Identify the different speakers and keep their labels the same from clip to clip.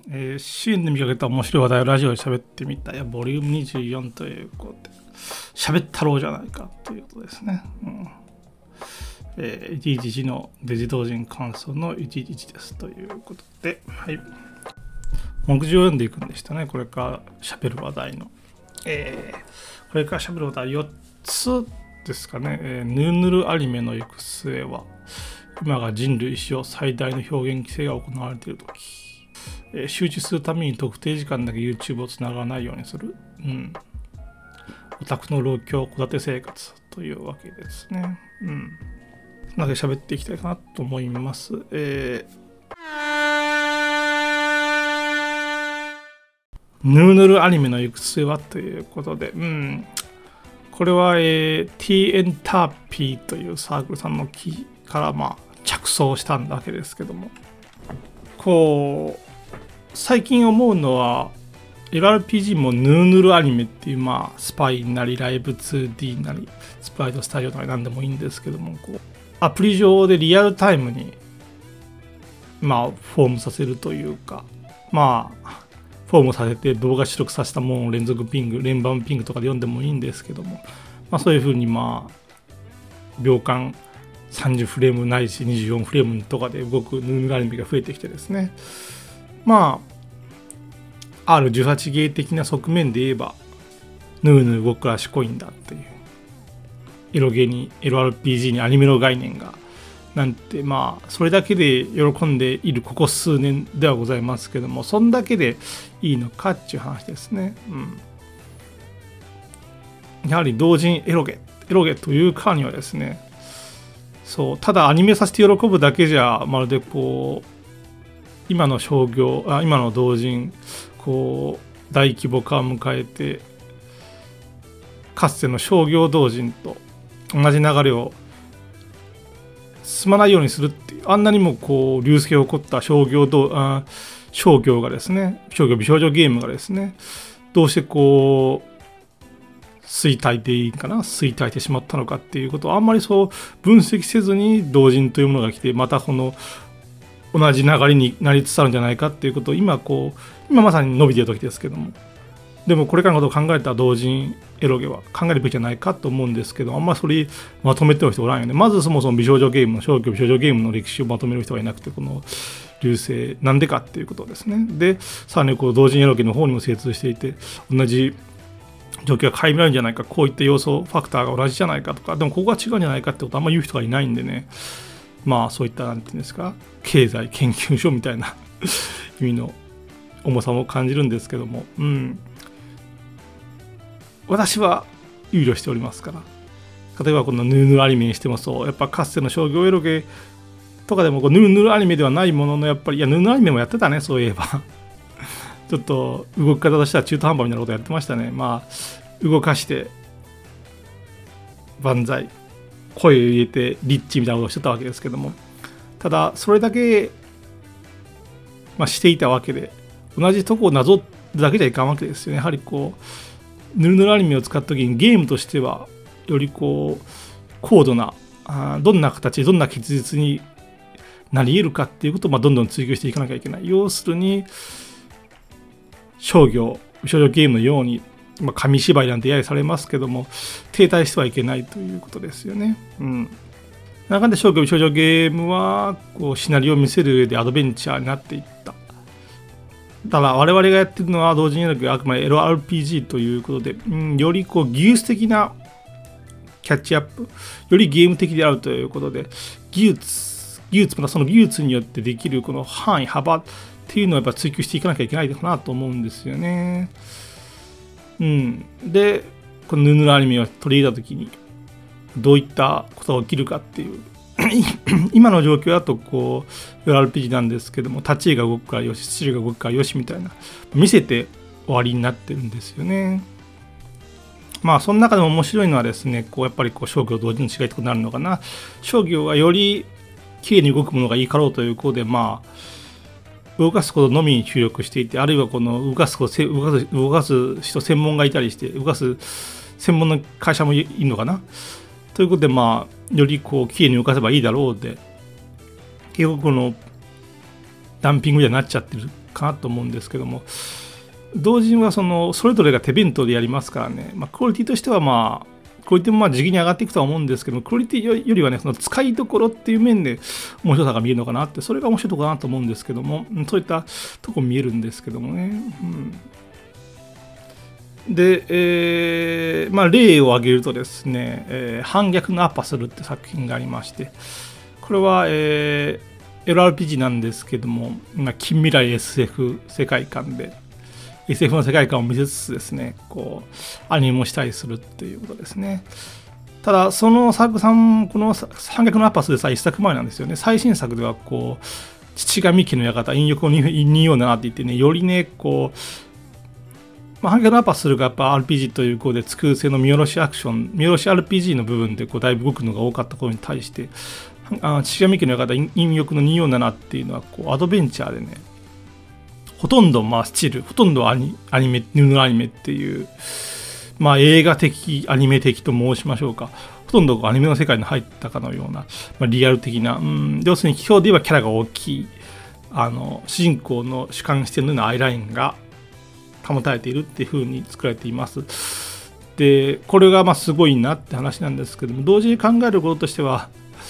Speaker 1: シーンで見かけた面白い話題をラジオで喋ってみた。いや、ボリューム24ということで、喋ったろうじゃないかということですね。111のデジ同人感想の111ですということで、はい。目次を読んでいくんでしたね。これから喋る話題の。これから喋る話題4つですかね。ヌーヌルアニメの行く末は、今が人類史上最大の表現規制が行われているとき、周知するために特定時間だけ YouTube をつながらないようにする。オタクの老境、戸建て生活というわけですね。そんなで喋っていきたいかなと思います。ヌーヌルアニメの行く末はということで、これは、T エンターピーというサークルさんの木から着想したわけですけども、こう最近思うのは LRPG もヌーヌルアニメっていうスパイなりライブ 2D なりスプライトスタジオなり何でもいいんですけども、こうアプリ上でリアルタイムにフォームさせるというか、フォームさせて動画出力させたものを連続ピング、連番ピングとかで読んでもいいんですけども、そういうふうに秒間30フレームないし24フレームとかで動くヌーヌルアニメが増えてきてですね、R18 ゲー的な側面で言えばヌーヌル動くらしこいんだっていう、エロゲに LRPG にアニメの概念がなんてそれだけで喜んでいるここ数年ではございますけども、そんだけでいいのかっていう話ですね。やはり同人エロゲというからにはですね、そうただアニメさせて喜ぶだけじゃまるでこう今の同人こう大規模化を迎えてかつての商業同人と同じ流れを進まないようにするっていう、あんなにもこう流星を起こった商業がですね、美少女ゲームがですね、どうしてこう衰退してしまったのかっていうことをあんまりそう分析せずに同人というものが来て、またこの同じ流れになりつつあるんじゃないかっていうことを今まさに伸びている時ですけども、でもこれからのことを考えた同人エロゲは考えるべきじゃないかと思うんですけど、あんまりそれまとめてる人おらんよね。まずそもそも商業美少女ゲームの歴史をまとめる人がいなくて、この流星なんでかっていうことですね。でさらにこう同人エロゲの方にも精通していて、同じ状況が垣間見られるんじゃないか、こういった要素ファクターが同じじゃないかとか、でもここが違うんじゃないかってことあんまり言う人がいないんでね、そういったなんていうんですか、経済研究所みたいな意味の重さも感じるんですけども、私は憂慮しておりますから。例えばこのヌーヌルアニメにしてもそう、やっぱかつての商業エロゲとかでもヌーヌルアニメではないものの、やっぱりヌーヌルアニメもやってたね、そういえばちょっと動き方としては中途半端みたいなことやってましたね。動かして万歳、声を入れてリッチみたいなことをしてたわけですけども、ただそれだけしていたわけで、同じとこをなぞるだけじゃいかんわけですよね。やはりこうヌルヌルアニメを使った時にゲームとしてはよりこう高度などんな形でどんな結実になり得るかっていうことをどんどん追求していかなきゃいけない。要するに商業美少女ゲームのように紙芝居なんて揶揄されますけども、停滞してはいけないということですよね。中で商業美少女ゲームはこうシナリオを見せる上でアドベンチャーになっていった。ただ我々がやってるのは同時にあくまで LRPG ということで、よりこう技術的なキャッチアップ、よりゲーム的であるということで、技術またその技術によってできるこの範囲幅っていうのをやっぱ追求していかなきゃいけないのかなと思うんですよね。でこのヌーヌルアニメを取り入れた時にどういったことが起きるかっていう今の状況だとこう LRPG なんですけども、立ち絵が動くからよし、土が動くからよしみたいな見せて終わりになってるんですよね。その中でも面白いのはですね、こうやっぱりこう商業同時の違いってことになるのかな。商業がより綺麗に動くものがいいかろうということで動かすことのみに注力していて、あるいはこの動かす人専門がいたりして、動かす専門の会社もいるのかなということで、よりこう綺麗に動かせばいいだろうで、結局このダンピングにはなっちゃってるかなと思うんですけども、同人はそれぞれが手弁当でやりますからね、クオリティとしてはクオリティも時期に上がっていくとは思うんですけども、クオリティよりはね、その使いどころっていう面で面白さが見えるのかなって、それが面白いところかなと思うんですけども、そういったとこ見えるんですけどもね。で、例を挙げるとですね、反逆のアパスルって作品がありまして、これは、LRPG なんですけども、近未来 SF 世界観で、SF の世界観を見せつつですね、アニメもしたりするっていうことですね。ただ、その作さん、この反逆のアパスでさ、一作前なんですよね。最新作では、父神家の館、陰翼を247って言ってね、よりね、反逆のアパスがやっぱ RPG というで作る性の見下ろしアクション、見下ろし RPG の部分でだいぶ動くのが多かったことに対して、父神家の館、陰翼の247っていうのはアドベンチャーでね、ほとんどスチル、ほとんどアニメ、ヌードアニメっていう、映画的、アニメ的と申しましょうか。ほとんどアニメの世界に入ったかのような、リアル的な、要するに今日で言えばキャラが大きい、主人公の主観視点のようなアイラインが保たれているっていう風に作られています。で、これがすごいなって話なんですけども、同時に考えることとしては、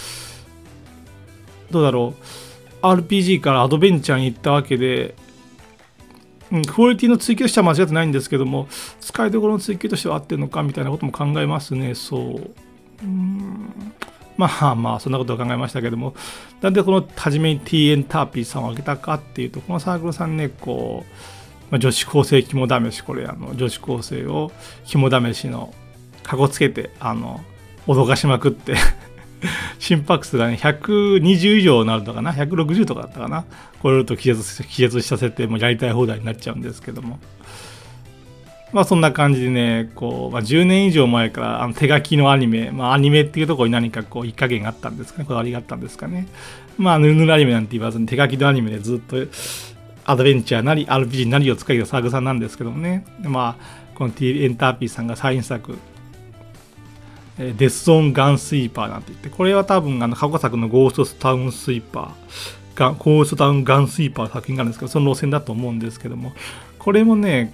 Speaker 1: どうだろう、RPG からアドベンチャーに行ったわけで、クオリティの追求としては間違ってないんですけども、使いどころの追求としては合ってるのかみたいなことも考えますね。そんなことを考えましたけども、なんでこの初めに T エンターピーさんを挙げたかっていうと、このサークルさんね、女子高生肝試し、これ女子高生を肝試しのかこつけて脅かしまくって心拍数がね120以上になるのかな、160とかだったかな、これと気絶させてもうやりたい放題になっちゃうんですけども、そんな感じでね、10年以上前から手書きのアニメ、アニメっていうところに何か一加減があったんですかね、こだわりがあったんですかね。ぬるぬるアニメなんて言わずに手書きのアニメでずっとアドベンチャーなり RPG なりを使いたサーグさんなんですけどもね、この T エンターピーさんが最新作デスゾーンガンスイーパーなんて言って、これは多分過去作のゴーストタウンスイーパー、ゴーストタウンガンスイーパーの作品があるんですけど、その路線だと思うんですけども、これもね、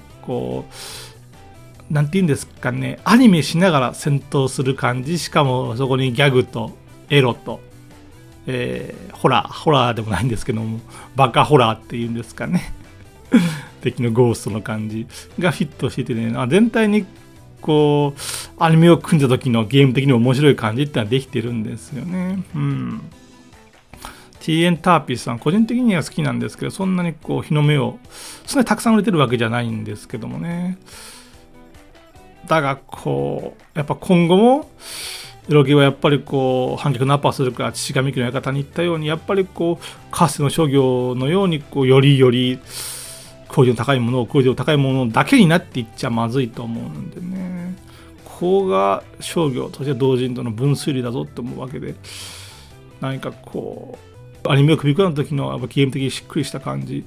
Speaker 1: なんて言うんですかね、アニメしながら戦闘する感じ、しかもそこにギャグとエロと、ホラーでもないんですけども、バカホラーっていうんですかね敵のゴーストの感じがフィットしててね、全体にアニメを組んだ時のゲーム的に面白い感じってのはできてるんですよね。T エンターピーさん個人的には好きなんですけど、そんなに日の目をそんなにたくさん売れてるわけじゃないんですけどもね。だがやっぱ今後もエロゲはやっぱり反逆のアッパーするから父神家の館に行ったように、やっぱりかつての商業のようによりクオリティの高いものだけになっていっちゃまずいと思うんでね、ここが商業として同人との分水嶺だぞって思うわけで、何かアニメを組み込んだ時のやっぱゲーム的にしっくりした感じ、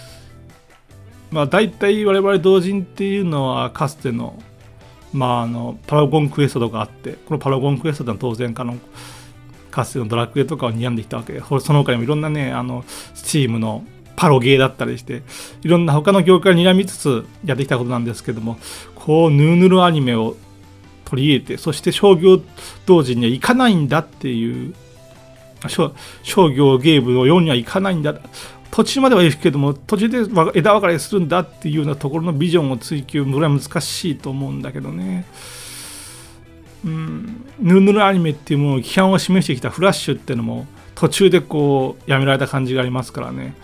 Speaker 1: 大体我々同人っていうのはかつてのパラゴンクエストとかあって、このパラゴンクエストでは当然かつてのドラクエとかを睨んできたわけで、その他にもいろんなねスチームのパロゲーだったりして、いろんな他の業界を睨みつつやってきたことなんですけども、ヌーヌルアニメを取り入れて、そして商業同時にはいかないんだっていう、商業ゲームのようにはいかないんだ、途中まではいいけども途中で枝分かれするんだっていうようなところのビジョンを追求、これは難しいと思うんだけどね。ヌーヌルアニメっていうものを批判を示してきたフラッシュっていうのも途中でやめられた感じがありますからね、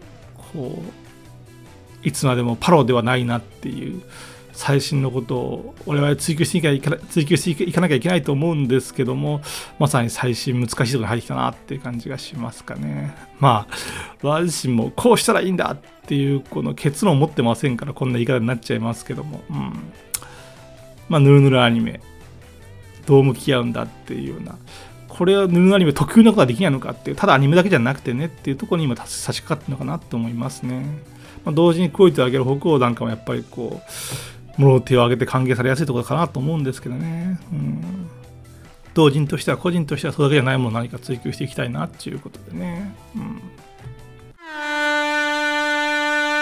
Speaker 1: いつまでもパロではないなっていう最新のことを我々追求していかなきゃいけないと思うんですけども、まさに最新難しいところに入ってきたなっていう感じがしますかね。私自身もこうしたらいいんだっていうこの結論を持ってませんから、こんな言い方になっちゃいますけども、ヌルヌルアニメどう向き合うんだっていうような、これはヌルヌルアニメ特有なことができないのかっていう、ただアニメだけじゃなくてねっていうところに今差し掛かってるのかなと思いますね。同時にクオリティを上げる方向なんかもやっぱり物の手を挙げて歓迎されやすいところかなと思うんですけどね。同人としては個人としてはそれだけじゃないものを何か追求していきたいなっていうことでね。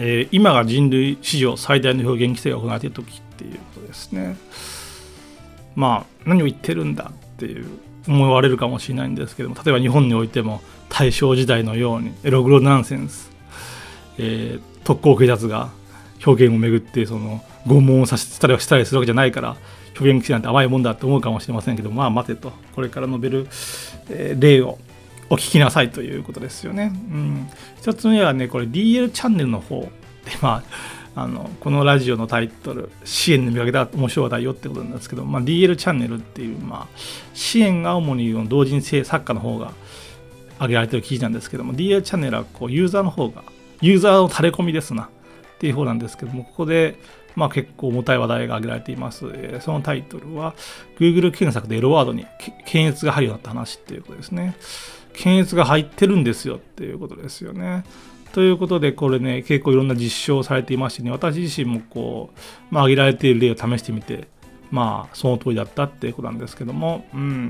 Speaker 1: 今が人類史上最大の表現規制が行われている時っていうことですね。まあ何を言ってるんだっていう思われるかもしれないんですけども、例えば日本においても大正時代のようにエログロナンセンス、特攻警察が表現をめぐってその拷問をさせたりしたりするわけじゃないから表現規制なんて甘いもんだって思うかもしれませんけど、まあ待てと、これから述べる、例をお聞きなさいということですよね。一つ目はね、これ DL チャンネルの方で、このラジオのタイトル支援の見かけた面白い話題よってことなんですけど、DL チャンネルっていう、支援が主に同人性作家の方が挙げられている記事なんですけども、 DL チャンネルはこうユーザーの方がユーザーの垂れ込みですなっていう方なんですけども、ここで結構重たい話題が挙げられています。そのタイトルは Google 検索でエロワードに検閲が入るようになった話っていうことですね。検閲が入ってるんですよっていうことですよね。ということで、これね、結構いろんな実証されていましてね、私自身もこう、挙げられている例を試してみて、その通りだったっていうことなんですけども、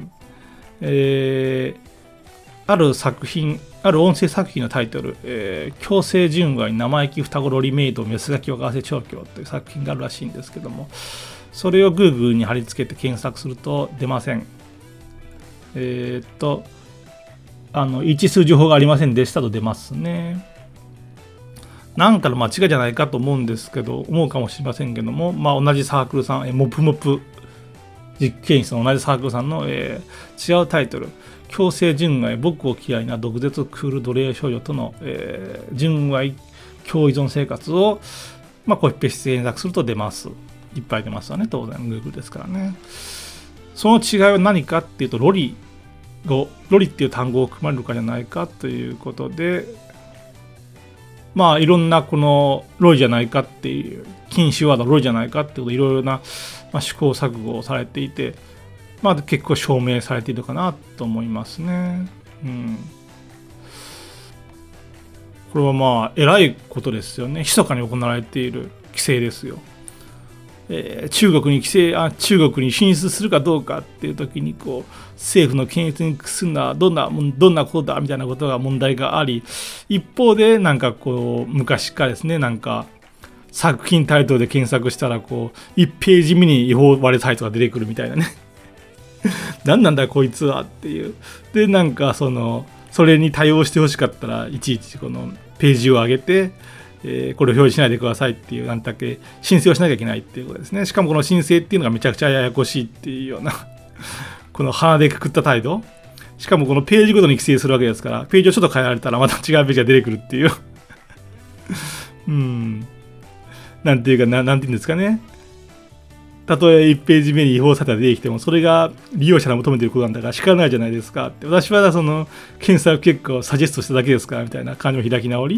Speaker 1: ある作品、ある音声作品のタイトル、強制純愛生意気双子ロリメイドメスガキ若せ調教という作品があるらしいんですけども、それを Google に貼り付けて検索すると出ません。一数情報がありませんでしたと出ますね。なんかの間違いじゃないかと思うんですけど、思うかもしれませんけども、同じサークルさん、モプモプ実験室の同じサークルさんの、違うタイトル、強制純愛僕を嫌いな毒舌クール奴隷少女との、純愛共依存生活を、コピペして検索すると出ます。いっぱい出ますよね、当然 Google ですからね。その違いは何かっていうと、ロリっていう単語を含まれるかじゃないかということで、いろんなこのロリじゃないかっていう禁止ワードロリじゃないかっていういろいろな試行錯誤をされていて、結構証明されているかなと思いますね。これは偉いことですよね。密かに行われている規制ですよ。中国に進出するかどうかっていう時にこう政府の検閲に屈するのはどんなことだみたいなことが問題があり、一方で昔からですね、作品タイトルで検索したら1ページ目に違法バレサイトが出てくるみたいなね何なんだこいつはっていう。でそれに対応してほしかったらいちいちこのページを上げてこれを表示しないでくださいっていう申請をしなきゃいけないっていうことですね。しかもこの申請っていうのがめちゃくちゃややこしいっていうようなこの鼻でくくった態度、しかもこのページごとに規制するわけですから、ページをちょっと変えられたらまた違うページが出てくるっていうなんていうんですかね。たとえ1ページ目に違法サイトが出てきても、それが利用者が求めていることなんだから仕方ないじゃないですかって。私はその検索結果をサジェストしただけですからみたいな感じの開き直り。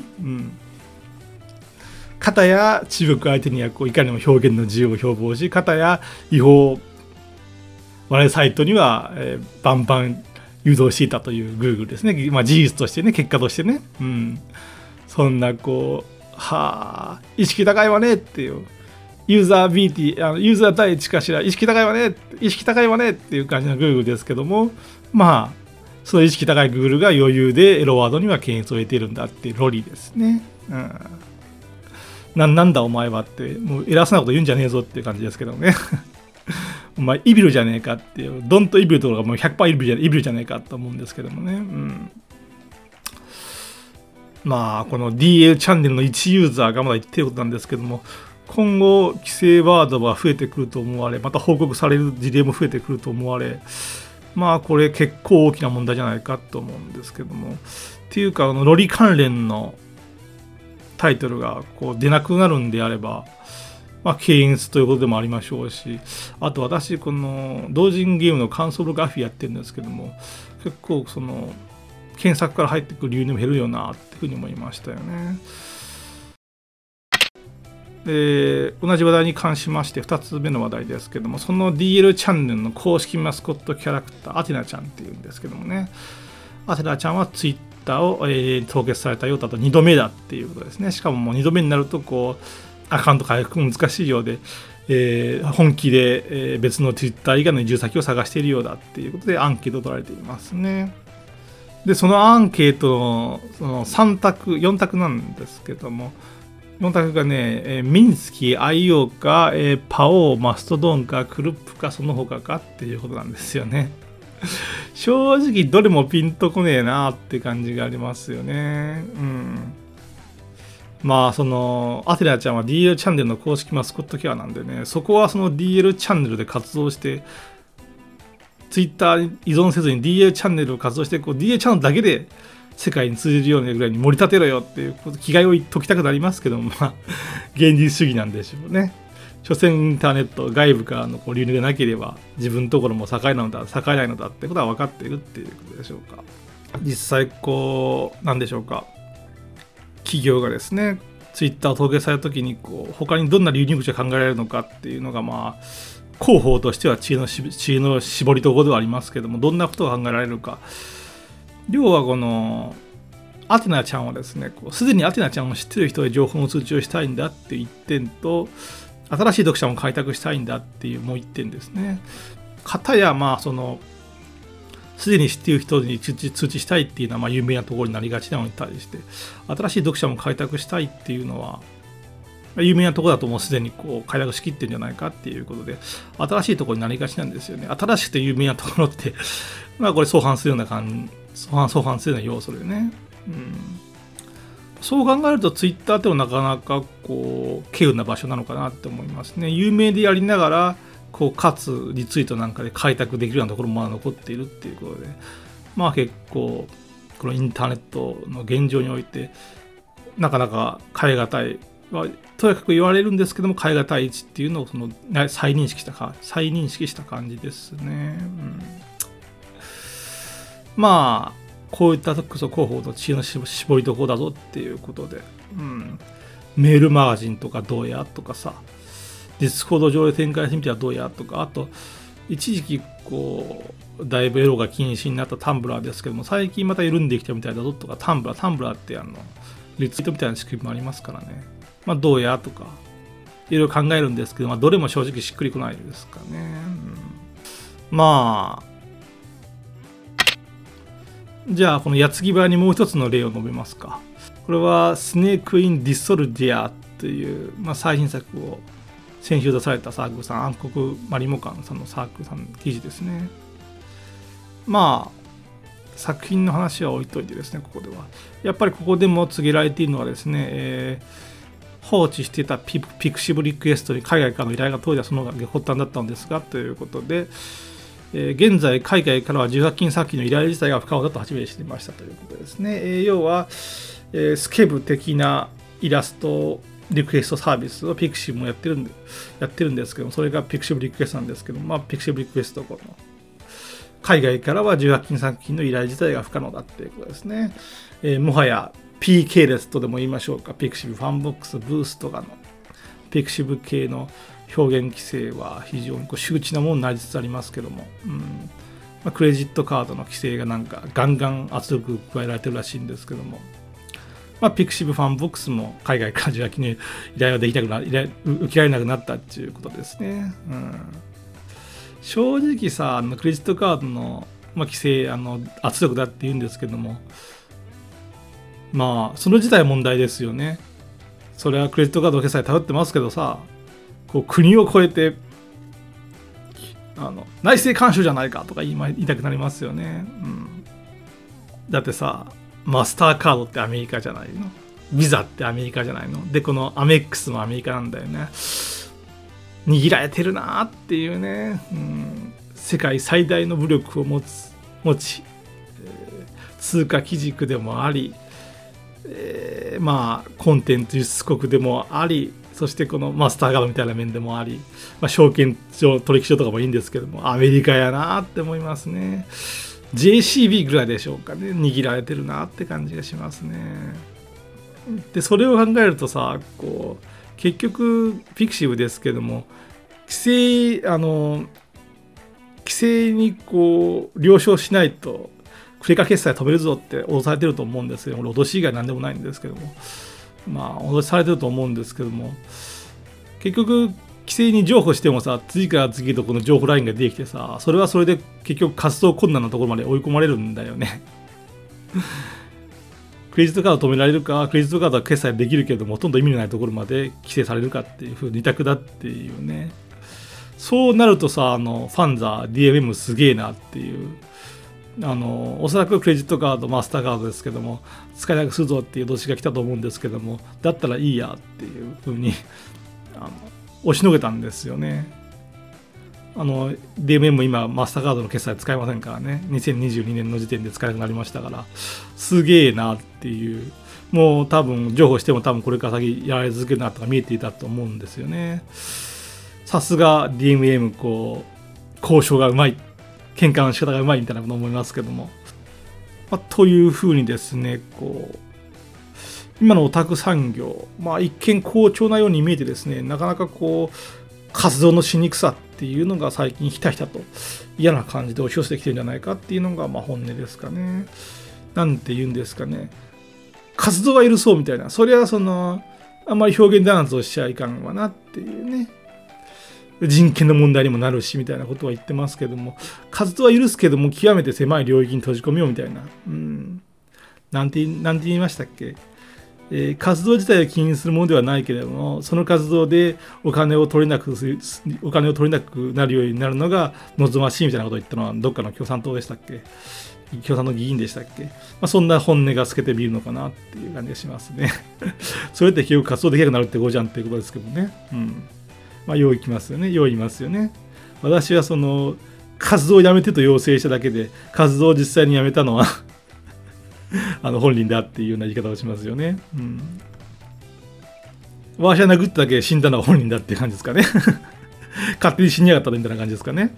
Speaker 1: 片や中国相手にはいかにも表現の自由を標榜し、片や違法我々サイトには、バンバン誘導していたという Google ですね。事実としてね、結果としてね。そんな意識高いわねっていう。ユーザー第一かしら意識高いわねっていう感じの Google ですけども、その意識高い Google が余裕でエロワードには検閲を得ているんだっていうロリですね。なんだお前はって、もう偉そうなこと言うんじゃねえぞっていう感じですけどねお前イビルじゃねえかっていう、ドンとイビルとかもう 100% イビルじゃねえかと思うんですけどもね。この DL チャンネルの一ユーザーがまだ言ってることなんですけども、今後規制ワードが増えてくると思われ、また報告される事例も増えてくると思われ、これ結構大きな問題じゃないかと思うんですけども、っていうかロリ関連のタイトルが出なくなるんであれば、検閲ということでもありましょうし、あと私この同人ゲームのカンソールガフィやってるんですけども、結構検索から入ってくる流入も減るよなっていうふうに思いましたよね。同じ話題に関しまして2つ目の話題ですけども、その DL チャンネルの公式マスコットキャラクターアテナちゃんっていうんですけどもね、アテナちゃんはツイッターを、凍結されたようだと2度目だっていうことですね。しかももう2度目になるとアカウント回復難しいようで、本気で、別のツイッター以外の移住先を探しているようだっていうことでアンケートを取られていますね。でそのアンケートの4択なんですけども、 4択がね、ミンスキー、IO か、パオー、マストドンか、クルップか、その他かっていうことなんですよね。正直どれもピンとこねえなって感じがありますよね。うん。まあそのアテナちゃんは DL チャンネルの公式マスコットキャラなんでね、そこはその DL チャンネルで活動して、Twitter に依存せずに DL チャンネルを活動して、こう DL チャンネルだけで世界に通じるようなぐらいに盛り立てろよっていう気概を解きたくなりますけども、まあ現実主義なんでしょうね。所詮インターネット外部からの流入がなければ自分のところも栄えないのだってことは分かっているっていうことでしょうか。実際こうなんでしょうか、企業がですねツイッターを統計された時にこう他にどんな流入口が考えられるのかっていうのがまあ広報としては知恵の絞りどころではありますけども、どんなことが考えられるか。要はこのアテナちゃんはですね、すでにアテナちゃんを知ってる人へ情報の通知をしたいんだっていう一点と、新しい読者も開拓したいんだっていうもう一点ですね。かたやまあそのすでに知っている人に通知したいっていうのはまあ有名なところになりがちなのに対して、新しい読者も開拓したいっていうのは有名なところだともうすでにこう開拓しきってるんじゃないかっていうことで、新しいところになりがちなんですよね。新しくて有名なところってまあこれ相反するような要素でね。そう考えるとツイッターってもなかなかこう稀有な場所なのかなって思いますね。有名でやりながらこうかつリツイートなんかで開拓できるようなところもまだ残っているっていうことで、まあ結構このインターネットの現状においてなかなか変え難いはとにかく言われるんですけども、変え難い位置っていうのをその再認識した感じですね。まあこういった広報の知恵の絞りどころだぞっていうことで、メールマガジンとかどうやとかさ、ディスコード上で展開してみてはどうやとか、あと一時期こうだいぶエロが禁止になったタンブラーですけども、最近また緩んできたみたいだぞとか、タンブラーってリツイートみたいな仕組みもありますからね。まあどうやとかいろいろ考えるんですけど、まあどれも正直しっくりこないですかね。まあじゃあこの矢継ぎ早にもう一つの例を述べますか。これはスネーク・イン・ディソルディアという、最新作を先週出されたサークルさん、暗黒マリモカンさんのサークルさんの記事ですね。まあ作品の話は置いといてですね、ここではやっぱりここでも告げられているのはですね、放置していたピクシブリクエストに海外からの依頼が当時はその発端だったのですがということで、現在海外からは18禁殺菌の依頼自体が不可能だと発明していましたということですね。要は、スケブ的なイラストリクエストサービスをピクシブもやってるんですけども、それがピクシブリクエストなんですけども、ピクシブリクエストの海外からは18禁殺菌の依頼自体が不可能だっていうことですね。もはや PK 列とでも言いましょうか、ピクシブファンボックスブースとかのピクシブ系の表現規制は非常に周知なものになりつつありますけども、クレジットカードの規制がなんかガンガン圧力加えられてるらしいんですけども、ピクシブファンボックスも海外から18禁の依頼はできなくな受けられなくなったっていうことですね。正直さ、クレジットカードの、規制圧力だって言うんですけども、それ自体は問題ですよね。それはクレジットカード決済頼ってますけどさ、こう国を越えて内政干渉じゃないかとか言いたくなりますよね。だってさ、マスターカードってアメリカじゃないの、ビザってアメリカじゃないので、このアメックスもアメリカなんだよね。握られてるなっていうね、世界最大の武力を持ち、通貨基軸でもあり、コンテンツ輸出国でもあり、そしてこのマスターカードみたいな面でもあり、証券所取引所とかもいいんですけども、アメリカやなって思いますね。JCB ぐらいでしょうかね、握られてるなって感じがしますね。でそれを考えるとさ、こう結局ピクシブですけども、規制にこう了承しないとクレカ決済止めるぞって脅されてると思うんですけども、脅し以外何でもないんですけども、脅しされてると思うんですけども、結局規制に譲歩してもさ、次から次へとこの情報ラインが出てきてさ、それはそれで結局活動困難なところまで追い込まれるんだよね。 クレジットカード止められるか、クレジットカードは決済できるけどもほとんど意味のないところまで規制されるかっていう二択だっていうね。そうなるとさ、ファンザ DMM すげえなっていう、おそらくクレジットカードマスターカードですけども使えなくするぞっていう脅しが来たと思うんですけども、だったらいいやっていう風に押しのげたんですよね。DMM 今マスターカードの決済使えませんからね。2022年の時点で使えなくなりましたから、すげえなっていう、もう多分情報しても多分これから先やられ続けるなとか見えていたと思うんですよね。さすが DMM 交渉がうまい、喧嘩の仕方がうまいみたいなこと思いますけども、というふうにですね、今のオタク産業、一見好調なように見えてですね、なかなか活動のしにくさっていうのが最近ひたひたと嫌な感じで押し寄せてきてるんじゃないかっていうのが本音ですかね。なんて言うんですかね。活動は許そうみたいな、それはあんまり表現弾圧をしちゃいかんわなっていうね。人権の問題にもなるしみたいなことは言ってますけども、活動は許すけども極めて狭い領域に閉じ込めようみたいな、なんて言いましたっけ。活動自体を禁止するものではないけれども、その活動でお金を取れなくなるようになるのが望ましいみたいなことを言ったのはどっかの共産党でしたっけ、共産の議員でしたっけ。そんな本音が透けて見るのかなっていう感じがしますね。それって結局活動できなくなるってことじゃんっていうことですけどね。よう言いますよね。よう言いますよね。私は活動をやめてと要請しただけで、活動を実際にやめたのは本人だっていうような言い方をしますよね。わしは殴っただけで死んだのは本人だっていう感じですかね。勝手に死にやがったみたいな感じですかね。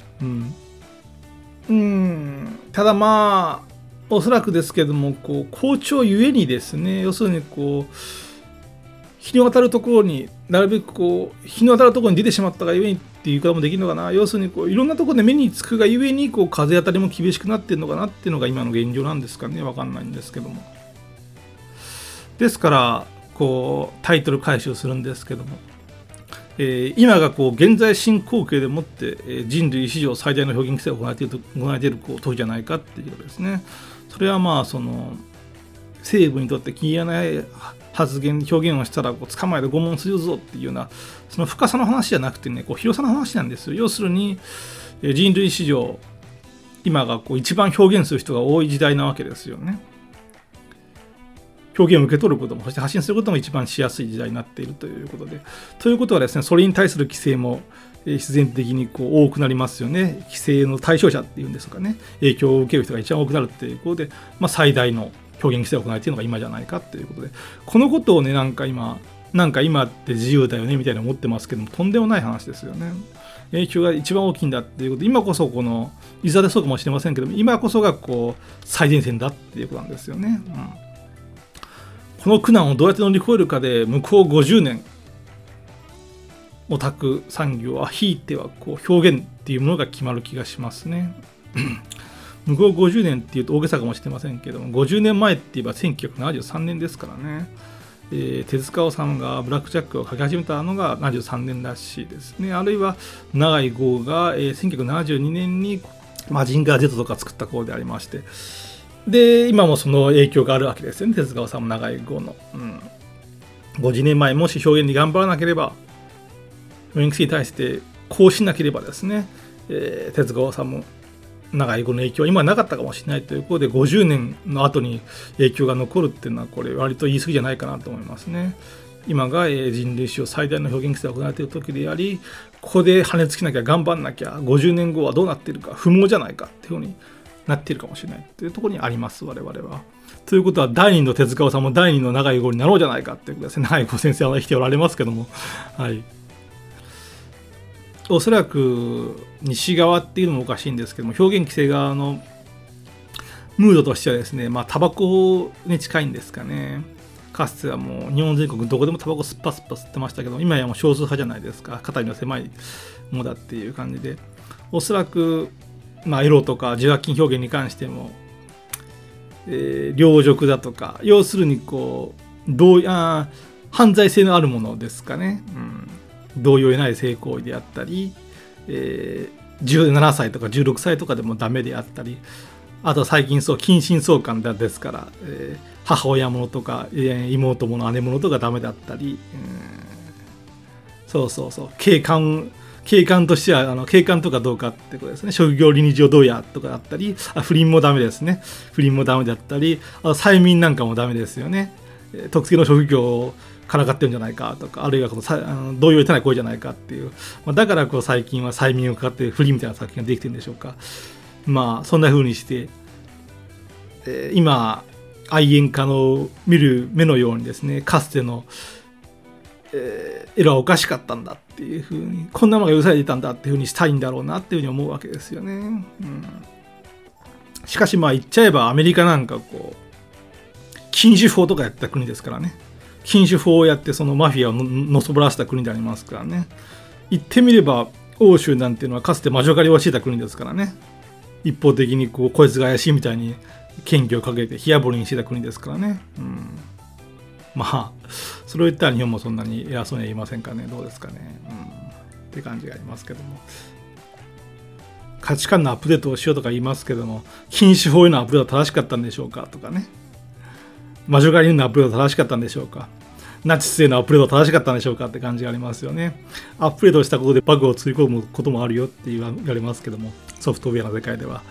Speaker 1: ただおそらくですけども、好調ゆえにですね、要するに日の当たるところになるべく日の当たるところに出てしまったがゆえにっていう言い方もできるのかな。要するにいろんなところで目につくがゆえに風当たりも厳しくなってるのかなっていうのが今の現状なんですかね。わかんないんですけども。ですからタイトル回収するんですけども、今が現在進行形でもって人類史上最大の表現規制を行えている時じゃないかっていうことですね。それは政府にとって気に入らない発言、表現をしたら捕まえて拷問するぞっていうような、その深さの話じゃなくてね、広さの話なんですよ。要するに人類史上今が一番表現する人が多い時代なわけですよね。表現を受け取ることも、そして発信することも一番しやすい時代になっているということで、ということはですね、それに対する規制も必然的に多くなりますよね。規制の対象者っていうんですかね、影響を受ける人が一番多くなるっていうことで、最大の表現規制を行えているのが今じゃないかということで、このことをね、なんか今って自由だよねみたいに思ってますけども、とんでもない話ですよね。影響が一番大きいんだっていうことで、今こそいざでそうかもしれませんけども、今こそが最前線だっていうことなんですよね。この苦難をどうやって乗り越えるかで、向こう50年オタク産業はひいては表現っていうものが決まる気がしますね。向こう50年っていうと大げさかもしれませんけども、50年前って言えば1973年ですからね。手塚治虫がブラックジャックを書き始めたのが73年らしいですね。あるいは永井豪が1972年にマジンガー Z とか作った頃でありまして、で今もその影響があるわけですよね。手塚治虫、永井豪の、50年前もし表現に頑張らなければ、表現規制に対してこうしなければですね、手塚治虫、長い後の影響は今はなかったかもしれないということで、50年の後に影響が残るっていうのはこれ割と言い過ぎじゃないかなと思いますね。今が人類史上最大の表現規制が行われている時であり、ここで跳ねつけなきゃ頑張んなきゃ50年後はどうなっているか不毛じゃないかっていうふうになっているかもしれないというところにあります、我々は。ということは第二の手塚治虫も第二の長い号になろうじゃないかっていうことですね。長い号先生は生きておられますけども、はい。おそらく西側っていうのもおかしいんですけども、表現規制側のムードとしてはですね、タバコに近いんですかね。かつてはもう日本全国どこでもタバコスッパスッパ吸ってましたけど、今やもう少数派じゃないですか。肩身の狭いものだっていう感じで、おそらくエロとか受話金表現に関しても、陵辱だとか、要するに犯罪性のあるものですかね。同意を得ない性行為であったり、17歳とか16歳とかでもダメであったり、 あと最近近親相関ですから、母親ものとか、妹もの姉ものとかダメだったり、そうそうそう、警官としては警官とかどうかってことですね。職業倫理上どうやとかだったり、不倫もダメですね。不倫もダメだったり、催眠なんかもダメですよね。特定の職業をからかってるんじゃないかとか、あるいは同様に手ない行為じゃないかっていう、だから最近は催眠をかかって不倫みたいな作品ができてるんでしょうか。そんな風にして、今愛煙家の見る目のようにですね、かつての、エロはおかしかったんだっていう風に、こんなのが許されていたんだっていう風にしたいんだろうなっていう風に思うわけですよね。しかし言っちゃえばアメリカなんか禁酒法とかやった国ですからね。禁酒法をやってそのマフィアをのそぼらせた国でありますからね。言ってみれば欧州なんていうのはかつて魔女狩りをしていた国ですからね。一方的にこいつが怪しいみたいに嫌疑をかけて火あぶりにしていた国ですからね。それを言ったら日本もそんなに偉そうには言いませんかね。どうですかね。って感じがありますけども。価値観のアップデートをしようとか言いますけども、禁酒法へのアップデートは正しかったんでしょうかとかね。魔女狩りのアップデートは正しかったんでしょうか。ナチスへのアップデートは正しかったんでしょうかって感じがありますよね。アップデートしたことでバグを作り込むこともあるよって言われますけども、ソフトウェアの世界では。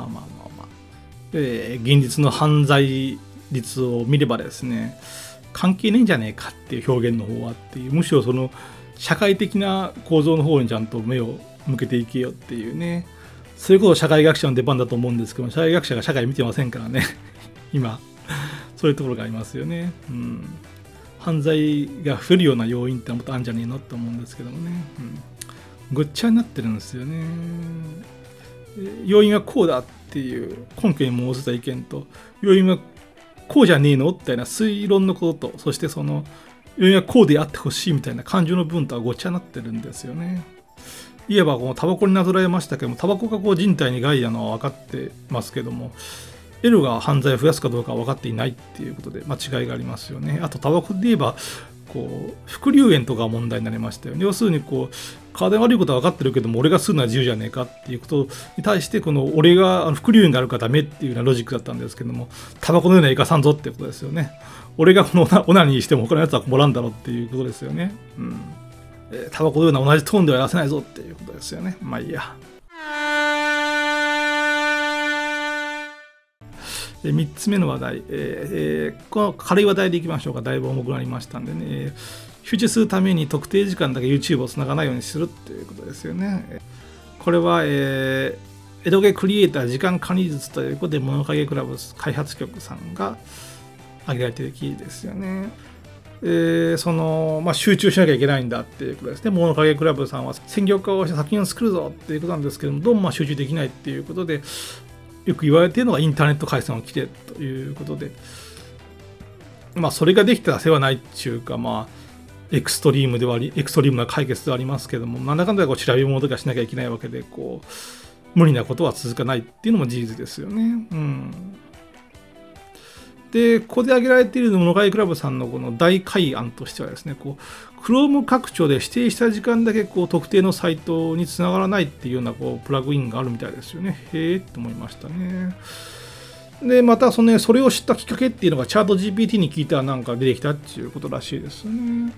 Speaker 1: 現実の犯罪率を見ればですね、関係ねえんじゃねえかっていう表現の方はっていう、むしろその社会的な構造の方にちゃんと目を向けていけよっていうね、それこそ社会学者の出番だと思うんですけども、社会学者が社会見てませんからね今そういうところがありますよね。犯罪が増えるような要因ってもっとあるんじゃねえのって思うんですけどもね、ごっちゃになってるんですよね。要因はこうだっていう根拠に基づいた意見と、要因はこうじゃねえのみたいな推論のことと、そしてその要因はこうであってほしいみたいな感情の部分とはごっちゃになってるんですよね。いわばこのタバコになぞらえましたけども、タバコが人体に害なのは分かってますけども、エロが犯罪を増やすかどうかは分かっていないっていうことで違いがありますよね。あとタバコで言えば副流煙とか問題になりましたよね。要するに体が悪いことは分かってるけども、俺が吸うのは自由じゃねえかっていうことに対して、俺が副流煙があるからダメっていうようなロジックだったんですけども、タバコのようにはいかさんぞっていうことですよね。俺がオナニーしても他のやつはもらうんだろうっていうことですよね。タバコのような同じトーンでは出せないぞっていうことですよね。いいや。3つ目の話題、この軽い話題でいきましょうか。だいぶ重くなりましたんでね。集中するために特定時間だけ YouTube をつながないようにするっていうことですよね。これは、江戸家クリエイター時間管理術ということで、物陰クラブ開発局さんが挙げられている記事ですよね。集中しなきゃいけないんだっていうことですね。物陰クラブさんは専業化をして作品を作るぞっていうことなんですけども、どうも集中できないっていうことで、よく言われているのがインターネット回線を切れということで、それができたら世話ないっていうか、エクストリームな解決ではありますけども、なんだかんだ調べ物とかしなきゃいけないわけで、無理なことは続かないっていうのも事実ですよね。で、ここで挙げられている物陰クラブさんのこの大改案としてはですね、Chrome 拡張で指定した時間だけ特定のサイトにつながらないっていうようなプラグインがあるみたいですよね。へーって思いましたね。で、またそれを知ったきっかけっていうのがチャート GPT に聞いたらなんか出てきたっていうことらしいですね。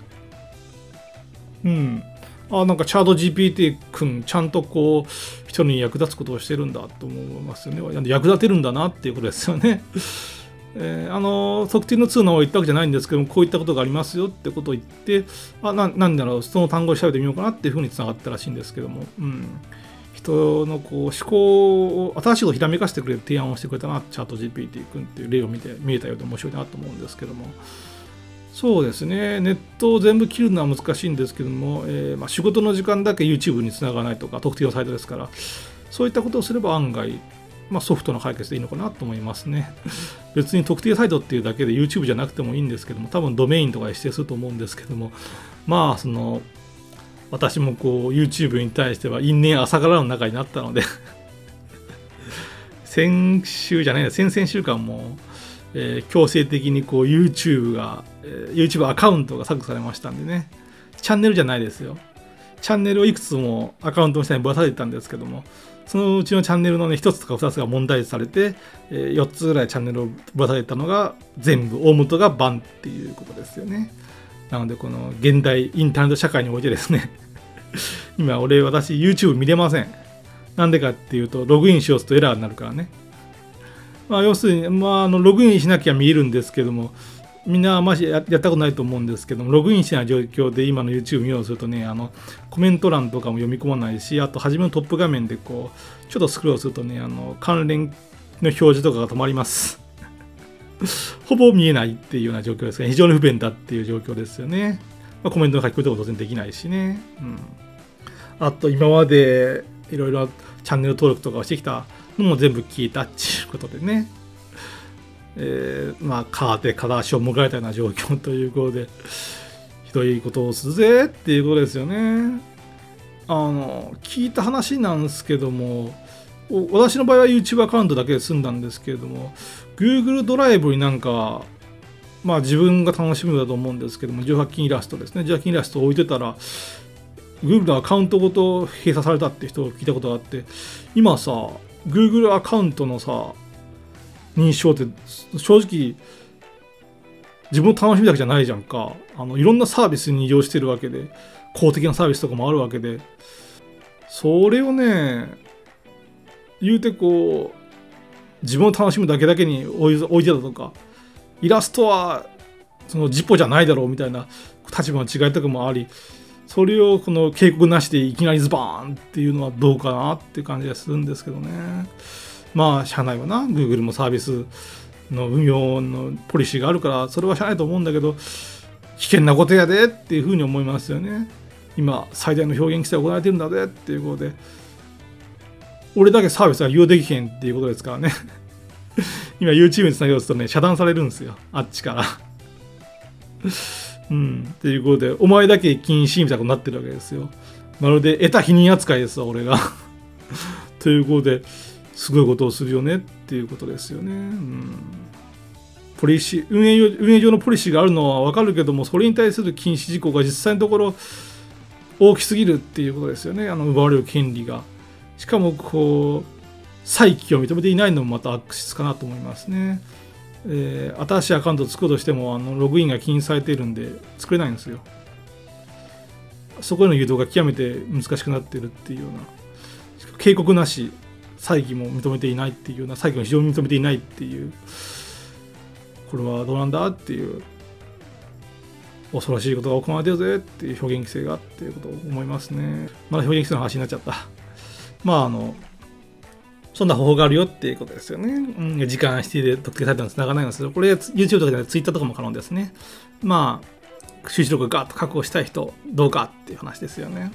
Speaker 1: なんかチャート GPT 君ちゃんと人に役立つことをしてるんだと思いますよね。役立てるんだなっていうことですよね。特定の通のを言ったわけじゃないんですけども、こういったことがありますよってことを言って、なんだろう、その単語を調べてみようかなっていうふうにつながったらしいんですけども、人の思考を新しいことをひらめかしてくれる提案をしてくれたな、チャート GPT 君っていう例を見えたようで面白いなと思うんですけども、そうですね、ネットを全部切るのは難しいんですけども、仕事の時間だけ YouTube につながらないとか、特定のサイトですから、そういったことをすれば案外、ソフトの解決でいいのかなと思いますね。別に特定サイトっていうだけで YouTube じゃなくてもいいんですけども、多分ドメインとかで指定すると思うんですけども、私もYouTube に対しては因縁朝からの中になったので先々週間も、強制的にYouTube アカウントが削除されましたんでね。チャンネルじゃないですよ。チャンネルをいくつもアカウントの下にぶら下げてたんですけども、 そのうちのチャンネルのね、1つとか2つが問題視されて、4つぐらいチャンネルをぶら下げたのが全部、大元がバンっていうことですよね。なので、この現代インターネット社会においてですね、今、私、YouTube 見れません。なんでかっていうと、ログインしようとエラーになるからね。要するに、ログインしなきゃ見えるんですけども、みんなマジやったことないと思うんですけども、ログインしない状況で今の YouTube 見ようとするとね、コメント欄とかも読み込まないし、あと初めのトップ画面でこう、ちょっとスクロールするとね、関連の表示とかが止まります。ほぼ見えないっていうような状況ですが、非常に不便だっていう状況ですよね。コメントの書き込みとか当然できないしね。あと今までいろいろチャンネル登録とかをしてきたのも全部消えたっていうことでね。片足をもがれたような状況ということで、ひどいことをするぜっていうことですよね。聞いた話なんですけども、私の場合は YouTube アカウントだけで済んだんですけれども、Google ドライブになんか、自分が楽しむだと思うんですけども、18禁イラストですね。18禁イラストを置いてたら、Google のアカウントごと閉鎖されたって人を聞いたことがあって、今さ、Google アカウントのさ、認証って正直自分の楽しみだけじゃないじゃんか。いろんなサービスに利用してるわけで、公的なサービスとかもあるわけで、それをね、言うてこう自分を楽しむだけだけに置いてたとか、イラストはそのジポじゃないだろうみたいな立場の違いとかもあり、それをこの警告なしでいきなりズバーンっていうのはどうかなっていう感じがするんですけどね。社内はな、Google もサービスの運用のポリシーがあるから、それは社内と思うんだけど、危険なことやでっていうふうに思いますよね。今、最大の表現規制が行われてるんだぜっていうことで、俺だけサービスが利用できへんっていうことですからね。今 YouTube につなげようとするとね、遮断されるんですよ、あっちから。っていうことで、お前だけ禁止みたいなことになってるわけですよ。まるで得た否認扱いですわ、俺が。ということで、すごいことをするよねっていうことですよね。ポリシー、運営上のポリシーがあるのは分かるけども、それに対する禁止事項が実際のところ大きすぎるっていうことですよね。奪われる権利が。しかもこう再起を認めていないのもまた悪質かなと思いますね。新しいアカウントを作ろうとしてもログインが禁止されているんで作れないんですよ。そこへの誘導が極めて難しくなっているっていうような、警告なし再起も認めていないっていうような、再起も非常に認めていないっていう、これはどうなんだっていう、恐ろしいことが行われてるぜっていう表現規制がっていうことを思いますね。まだ表現規制の話になっちゃった。そんな方法があるよっていうことですよね。時間指定で特定されたのつながらないんですけど、これ YouTube とかで Twitter とかも可能ですね。集中力がガーッと確保したい人どうかっていう話ですよね。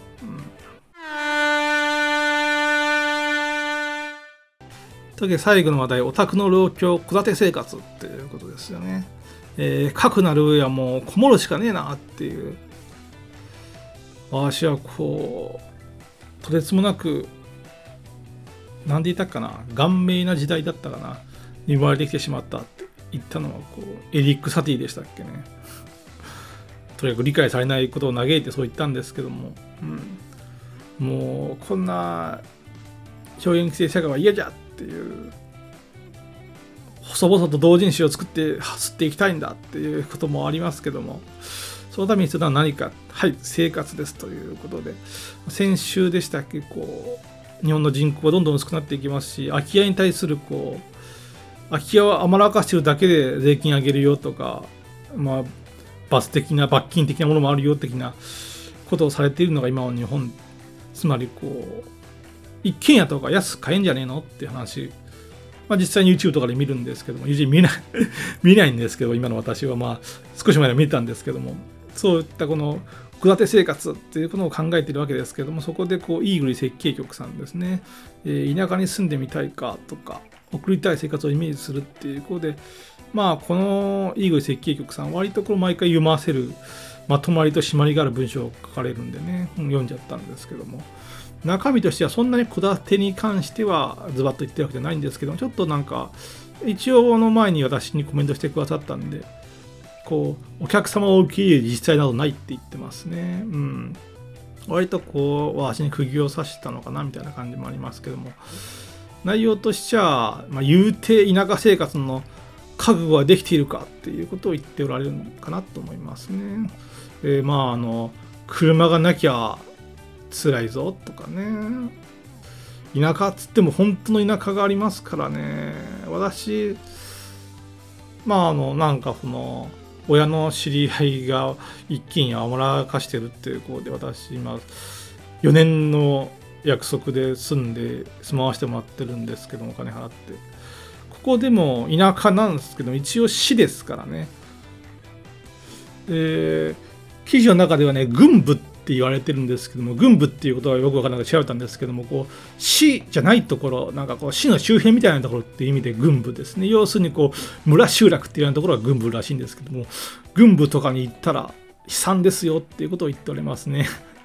Speaker 1: というわけで最後の話題、オタクの老境、戸建て生活っていうことですよね。かくなるやもうこもるしかねえなっていう。私はこう、とてつもなく、なんで言ったかな、顔面な時代だったかな、に生まれてきてしまったって言ったのはこう、エリック・サティでしたっけね。とにかく理解されないことを嘆いてそう言ったんですけども、もうこんな表現規制社会は嫌じゃっていう、細々と同人誌を作って走っていきたいんだっていうこともありますけども、そのために必要なのは何か、生活ですということで、先週でしたっけ、こう日本の人口がどんどん薄くなっていきますし、空き家に対するこう空き家を余らかしてるだけで税金上げるよとか、罰金的なものもあるよ的なことをされているのが今の日本。つまりこう一軒家とか安く買えんじゃねえのっていう話、実際に YouTube とかで見るんですけども、YouTube 見ないんですけど、今の私は少し前に見たんですけども、そういったこの戸建て生活っていうことを考えているわけですけども、そこでこうイーグリ設計局さんですね、田舎に住んでみたいかとか送りたい生活をイメージするっていうことで、このイーグリ設計局さん割とこれ毎回読ませるまとまりと締まりがある文章を書かれるんでね、読んじゃったんですけども、中身としてはそんなに戸建てに関してはズバッと言ってるわけじゃないんですけども、ちょっと一応前に私にコメントしてくださったんで、こうお客様を受け入れる自治体などないって言ってますね。 割とこう足に釘を刺したのかなみたいな感じもありますけども、内容としては、言うて田舎生活の覚悟ができているかっていうことを言っておられるのかなと思いますね。車がなきゃ辛いぞとかね、田舎っつっても本当の田舎がありますからね。私なんかその親の知り合いが一軒家をもらかしてるっていうことで、私今4年の約束で住まわせてもらってるんですけども、お金払って、ここでも田舎なんですけど一応市ですからね。記事の中ではね、郡部って言われてるんですけども、郡部っていうことはよく分からなくて調べたんですけども、こう市じゃないところ、なんかこう市の周辺みたいなところっていう意味で郡部ですね。要するにこう村集落っていうようなところが郡部らしいんですけども、郡部とかに行ったら悲惨ですよっていうことを言っておりますね。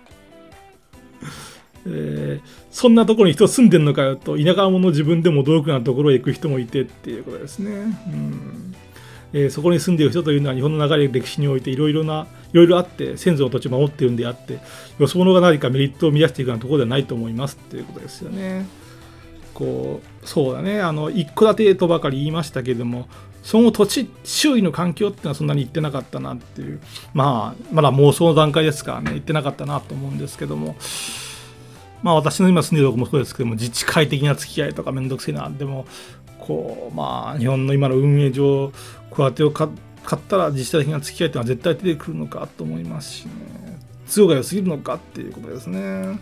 Speaker 1: そんなところに人住んでんのかよと、田舎者の自分でも驚くようなところへ行く人もいてっていうことですね。そこに住んでいる人というのは日本の長い歴史においていろいろあって先祖の土地を守っているんであって、よそ者が何かメリットを生み出していくようなところではないと思いますっていうことですよね。そうだね、一戸建てとばかり言いましたけれども、その土地周囲の環境っていうのはそんなに言ってなかったなっていう、まだ妄想の段階ですからね、言ってなかったなと思うんですけども、私の今住んでるとこもそうですけども、自治会的な付き合いとかめんどくせえな、でも日本の今の運営上、戸建てを買ったら自治体的な付き合いっていうのは絶対出てくるのかと思いますしね、都合が良すぎるのかっていうことですね。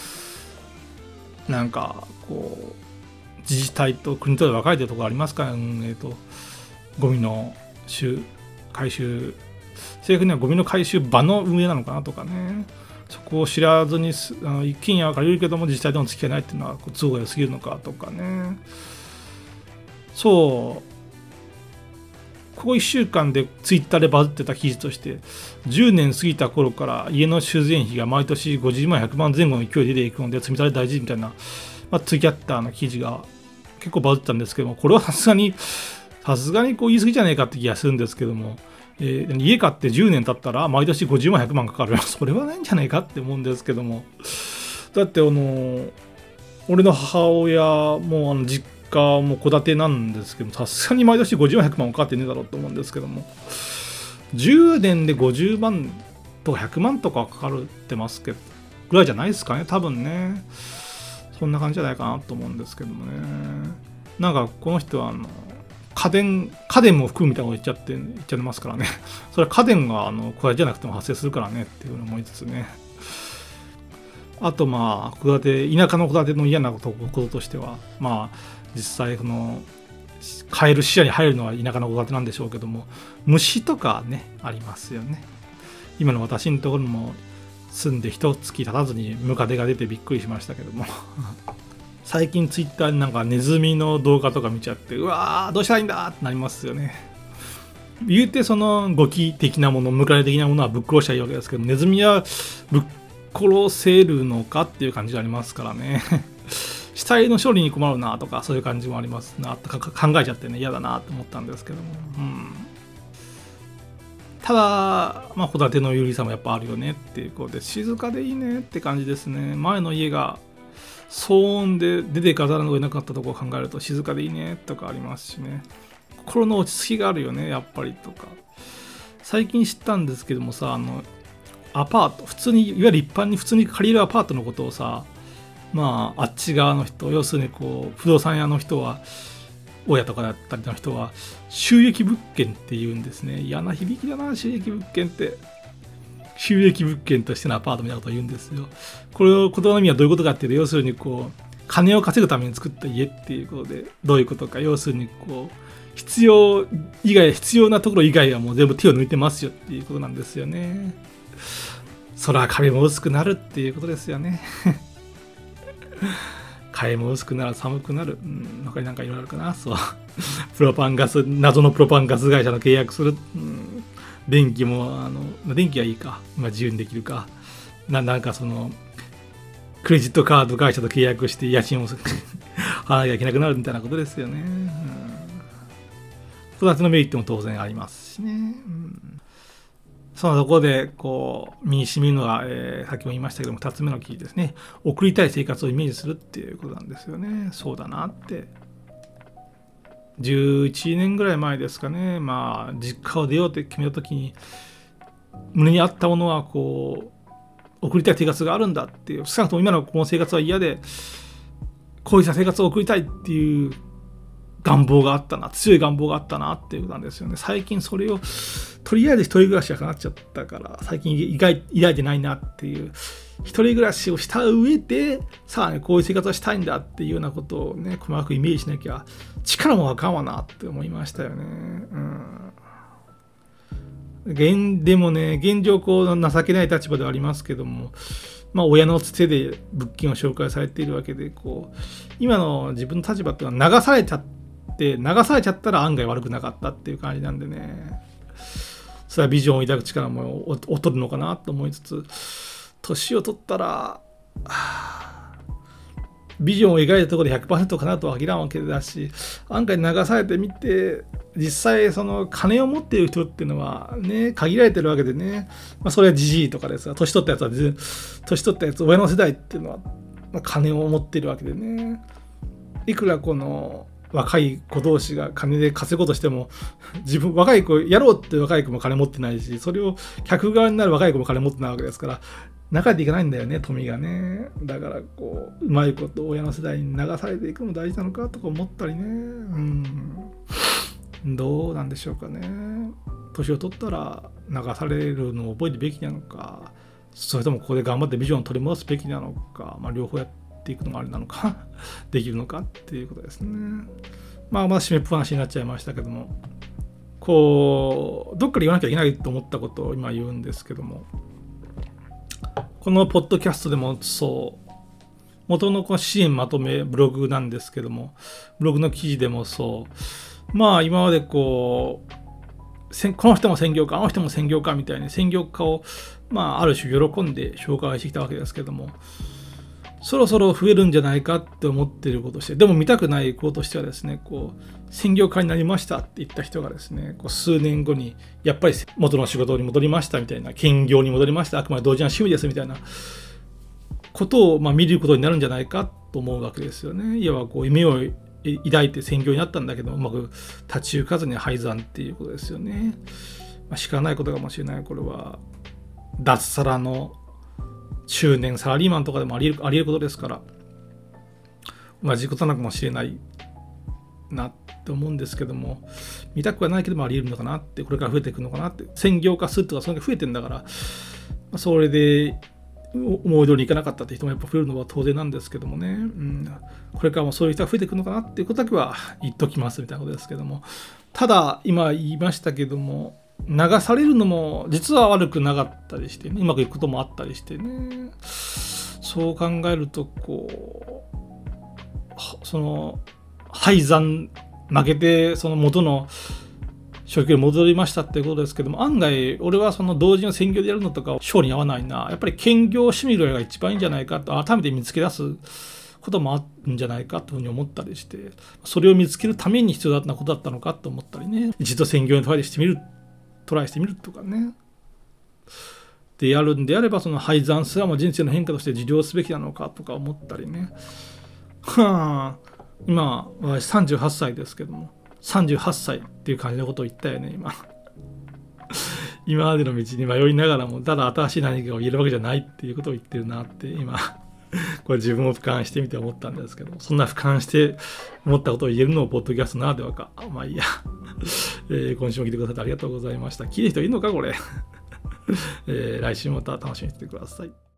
Speaker 1: なんか自治体と国とで分かれてるところありますから、運営とゴミの回収、政府にはゴミの回収場の運営なのかなとかね、そこを知らずに一軒家は借りるけども自治体との付き合いないっていうのは都合が良すぎるのかとかね。ここ1週間でツイッターでバズってた記事として、10年過ぎた頃から家の修繕費が毎年50万100万前後の勢いで出ていくので積み立て大事みたいな、ツイキャッターの記事が結構バズってたんですけども、これはさすがに言い過ぎじゃねえかって気がするんですけども、家買って10年経ったら毎年50万100万かかるそれはないんじゃないかって思うんですけども、だって俺の母親も実家も戸建てなんですけど、さすがに毎年50万100万かかってねえだろうと思うんですけども、10年で50万とか100万とかかかるってますけどぐらいじゃないですかね、多分ね。そんな感じじゃないかなと思うんですけどもね。なんかこの人は家電も含むみたいなこと言っちゃってますからね。それは家電がこれじゃなくても発生するからねっていうふうに思いつつね。あと田舎の戸建ての嫌なこととしては、実際買える視野に入るのは田舎の戸建てなんでしょうけども、虫とかねありますよね。今の私のところも住んで一月経たずにムカデが出てびっくりしましたけども最近ツイッターになんかネズミの動画とか見ちゃって、うわーどうしたらいいんだってなりますよね。言うてその語気的なもの、ムカデ的なものはぶっ殺しちゃいいわけですけど、ネズミはぶっ殺せるのかっていう感じがありますからね。死体の処理に困るなとか、そういう感じもありますなとか考えちゃってね、嫌だなと思ったんですけども、ただ戸建ての有利さもやっぱあるよねっていうことで、静かでいいねって感じですね。前の家が騒音で出ていかざるを得なかったところを考えると静かでいいねとかありますしね、心の落ち着きがあるよねやっぱりとか。最近知ったんですけどもさ、アパート、普通にいわゆる一般に普通に借りるアパートのことをさ、あっち側の人、要するに不動産屋の人は、親とかだったりの人は収益物件って言うんですね。嫌な響きだな、収益物件って。収益物件としてのアパートみたいなことを言うんですよ。これを言葉の意味はどういうことかっていうと、要するに金を稼ぐために作った家っていうことで、どういうことか、要するに必要なところ以外はもう全部手を抜いてますよっていうことなんですよね。空は壁も薄くなるっていうことですよね。壁も薄くなる、寒くなる、他になんかいろいろあるかな。そう、謎のプロパンガス会社の契約する、電気も電気はいいか、自由にできるか、なんかクレジットカード会社と契約して家賃を払わなきゃいけなくなるみたいなことですよね。戸建てのメリットも当然ありますしね。 そのところでこう身に染みるのが、さっきも言いましたけども2つ目の記事ですね。送りたい生活をイメージするっていうことなんですよね。そうだなって。11年ぐらい前ですかね、まあ実家を出ようって決めた時に胸にあったものはこう送りたい生活があるんだっていう、少なくとも今のこの生活は嫌でこういう生活を送りたいっていう願望があったな、強い願望があったなっていうことなんですよね。最近それをとりあえず一人暮らしがかなっちゃったから最近抱いてないなっていう、一人暮らしをした上でさあねこういう生活をしたいんだっていうようなことをね細かくイメージしなきゃ力もあかんわなって思いましたよね。でもね現状こう情けない立場ではありますけども、まあ親のつてで物件を紹介されているわけで、こう今の自分の立場っていうのは流されちゃったら案外悪くなかったっていう感じなんでね、それはビジョンを抱く力も劣るのかなと思いつつ、年を取ったらビジョンを描いたところで 100% かなとは限らんわけだし、案外流されてみて実際その金を持っている人っていうのはね限られてるわけでね、まあ、それはジジイとかですが、年取ったやつ親の世代っていうのは、まあ、金を持っているわけでね、いくらこの若い子同士が金で稼ごうとしても若い子やろうって若い子も金持ってないし、それを客側になる若い子も金持ってないわけですから流れていかないんだよね、富がね。だからこううまいこと親の世代に流されていくのも大事なのかとか思ったりね、どうなんでしょうかね。年を取ったら流されるのを覚えるべきなのか、それともここで頑張ってビジョンを取り戻すべきなのか、まあ、両方やっていくのもあれなのかできるのかっていうことですね。まあ締めっぱなしになっちゃいましたけども、こうどっかで言わなきゃいけないと思ったことを今言うんですけども、このポッドキャストでもそう元のこの支援まとめブログなんですけども、ブログの記事でもそうまあ今までこの人も専業家あの人も専業家みたいに専業家をまあある種喜んで紹介してきたわけですけども、そろそろ増えるんじゃないかって思っていることとして、でも見たくないこととしてはですね、こう専業家になりましたって言った人がですね、こう数年後にやっぱり元の仕事に戻りましたみたいな、兼業に戻りました、あくまで同時な趣味ですみたいなことを見ることになるんじゃないかと思うわけですよね。いわばこう夢を抱いて専業になったんだけどうまく立ち行かずに廃山っていうことですよね。仕方ないことかもしれない。これは脱サラの中年サラリーマンとかでもあり得ることですから、同じことなのかもしれないなって思うんですけども、見たくはないけどもあり得るのかなって、これから増えていくのかなって、専業化するとかそれが増えてんだから、それで思い通りにいかなかったって人もやっぱ増えるのは当然なんですけどもね、これからもそういう人が増えていくのかなっていうことだけは言っときますみたいなことですけども、ただ今言いましたけども、流されるのも実は悪くなかったりしてね、うまくいくこともあったりしてね、そう考えるとこうその廃山負けてその元の職業に戻りましたっていうことですけども、案外俺はその同時の専業でやるのとか性に合わないな、やっぱり兼業趣味ぐらいが一番いいんじゃないかと改めて見つけ出すこともあるんじゃないかというふうに思ったりして、それを見つけるために必要なことだったのかと思ったりね、一度専業にトライしてみるとかね、でやるんであればその廃山すらも人生の変化として受領すべきなのかとか思ったりね。今私38歳ですけども、38歳っていう感じのことを言ったよね今までの道に迷いながらもただ新しい何かを言えるわけじゃないっていうことを言ってるなって今これ自分を俯瞰してみて思ったんですけど、そんな俯瞰して思ったことを言えるのをポッドキャストならではか。まあいいや今週も聞いてくださってありがとうございました。聞いてる人いるのかこれ来週また楽しみにしてください。